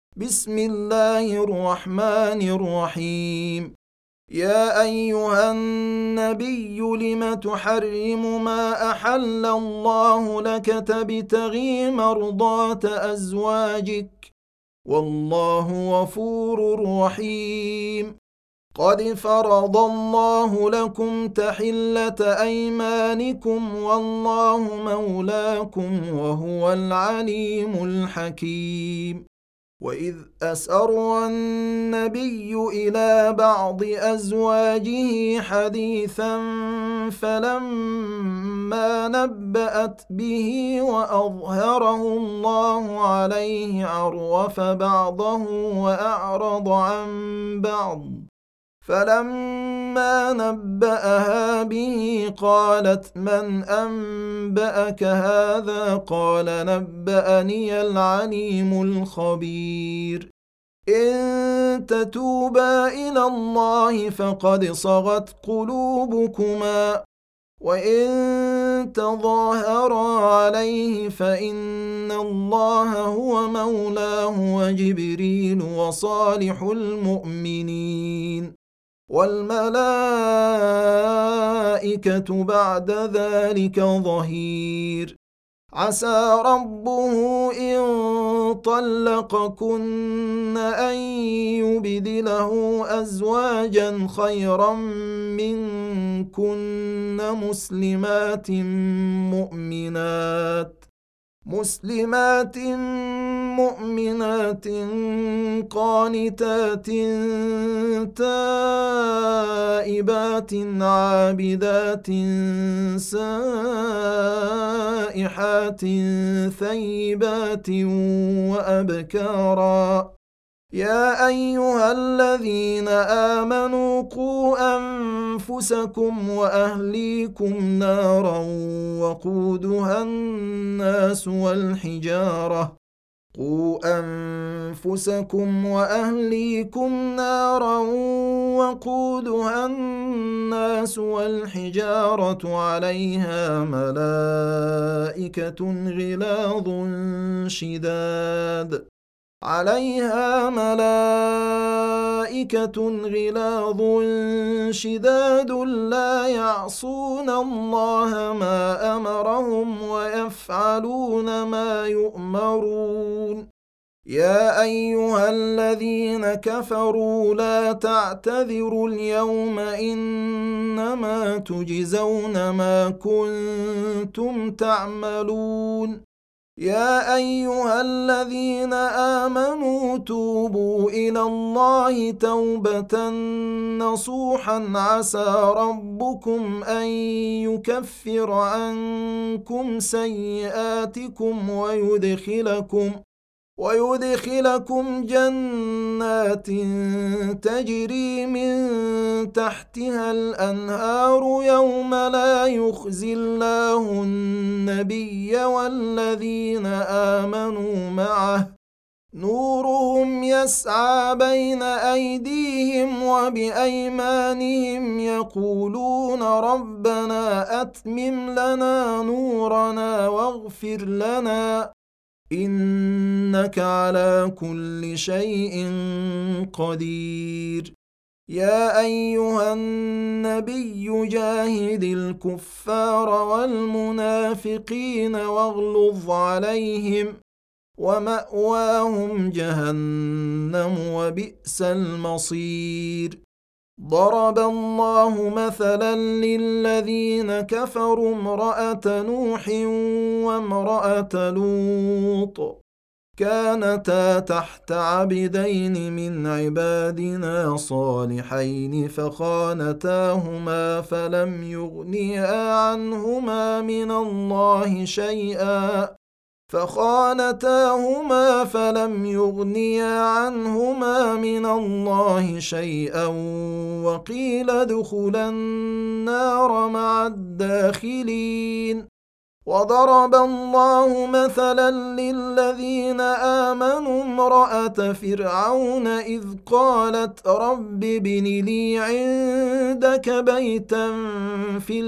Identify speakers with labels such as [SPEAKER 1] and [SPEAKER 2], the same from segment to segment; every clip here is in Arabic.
[SPEAKER 1] بسم الله الرحمن الرحيم. يا أيها النبي لم تحرم ما أحل الله لك تبتغي مرضات أزواجك والله غفور رحيم. قد فرض الله لكم تحلة أيمانكم والله مولاكم وهو العليم الحكيم. وإذ أسر النبي إلى بعض أزواجه حديثا فلما نبأت به وأظهره الله عليه عرف بعضه وأعرض عن بعض فلما نبأها به قالت من أنبأك هذا قال نبأني العليم الخبير. إن تتوبا إلى الله فقد صغت قلوبكما وإن تظاهرا عليه فإن الله هو مولاه وجبريل وصالح المؤمنين والملائكة بعد ذلك ظهير. عسى ربه إن طلقكن أن يبدله أزواجا خيرا منكن مسلمات مؤمنات قانتات تائبات عابدات سائحات ثيبات وأبكارا. يا أيها الذين آمنوا قوا أنفسكم وأهليكم نارا وقودها الناس والحجارة عليها ملائكة غلاظ شداد لا يعصون الله ما أمرهم ويفعلون ما يؤمرون. يا أيها الذين كفروا لا تعتذروا اليوم إنما تجزون ما كنتم تعملون. يا أيها الذين آمنوا توبوا إلى الله توبة نصوحا عسى ربكم أن يكفر عنكم سيئاتكم ويدخلكم جنات تجري من تحتها الأنهار يوم لا يخزي الله النبي والذين آمنوا معه نورهم يسعى بين أيديهم وبأيمانهم يقولون ربنا أتمم لنا نورنا واغفر لنا إنك على كل شيء قدير. يا أيها النبي جاهد الكفار والمنافقين واغلظ عليهم ومأواهم جهنم وبئس المصير. ضرب الله مثلا للذين كفروا امرأة نوح وامرأة لوط كانتا تحت عبدين من عبادنا صالحين فخانتاهما فلم يغنيا عنهما من الله شيئا وقيل ادخلا النار مع الداخلين. وضرب الله مثلا للذين آمنوا امرأة فرعون إذ قالت رب ابن لي عندك بيتا في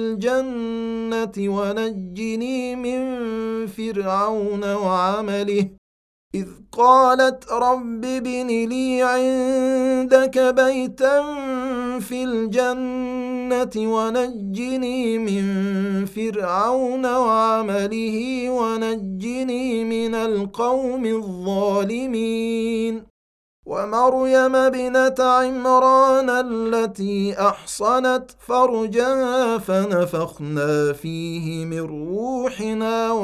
[SPEAKER 1] الجنة ونجني من فرعون وعمله إذ قالت رب ابن لي عندك بيتا في الجنة ونجني من فرعون وعمله ونجني من القوم الظالمين ومريم ابنة عمران التي أحصنت فرجها فنفخنا فيه من روحنا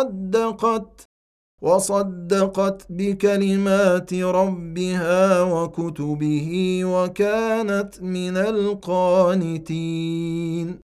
[SPEAKER 1] وصدقت بكلمات ربها وكتبه وكانت من القانتين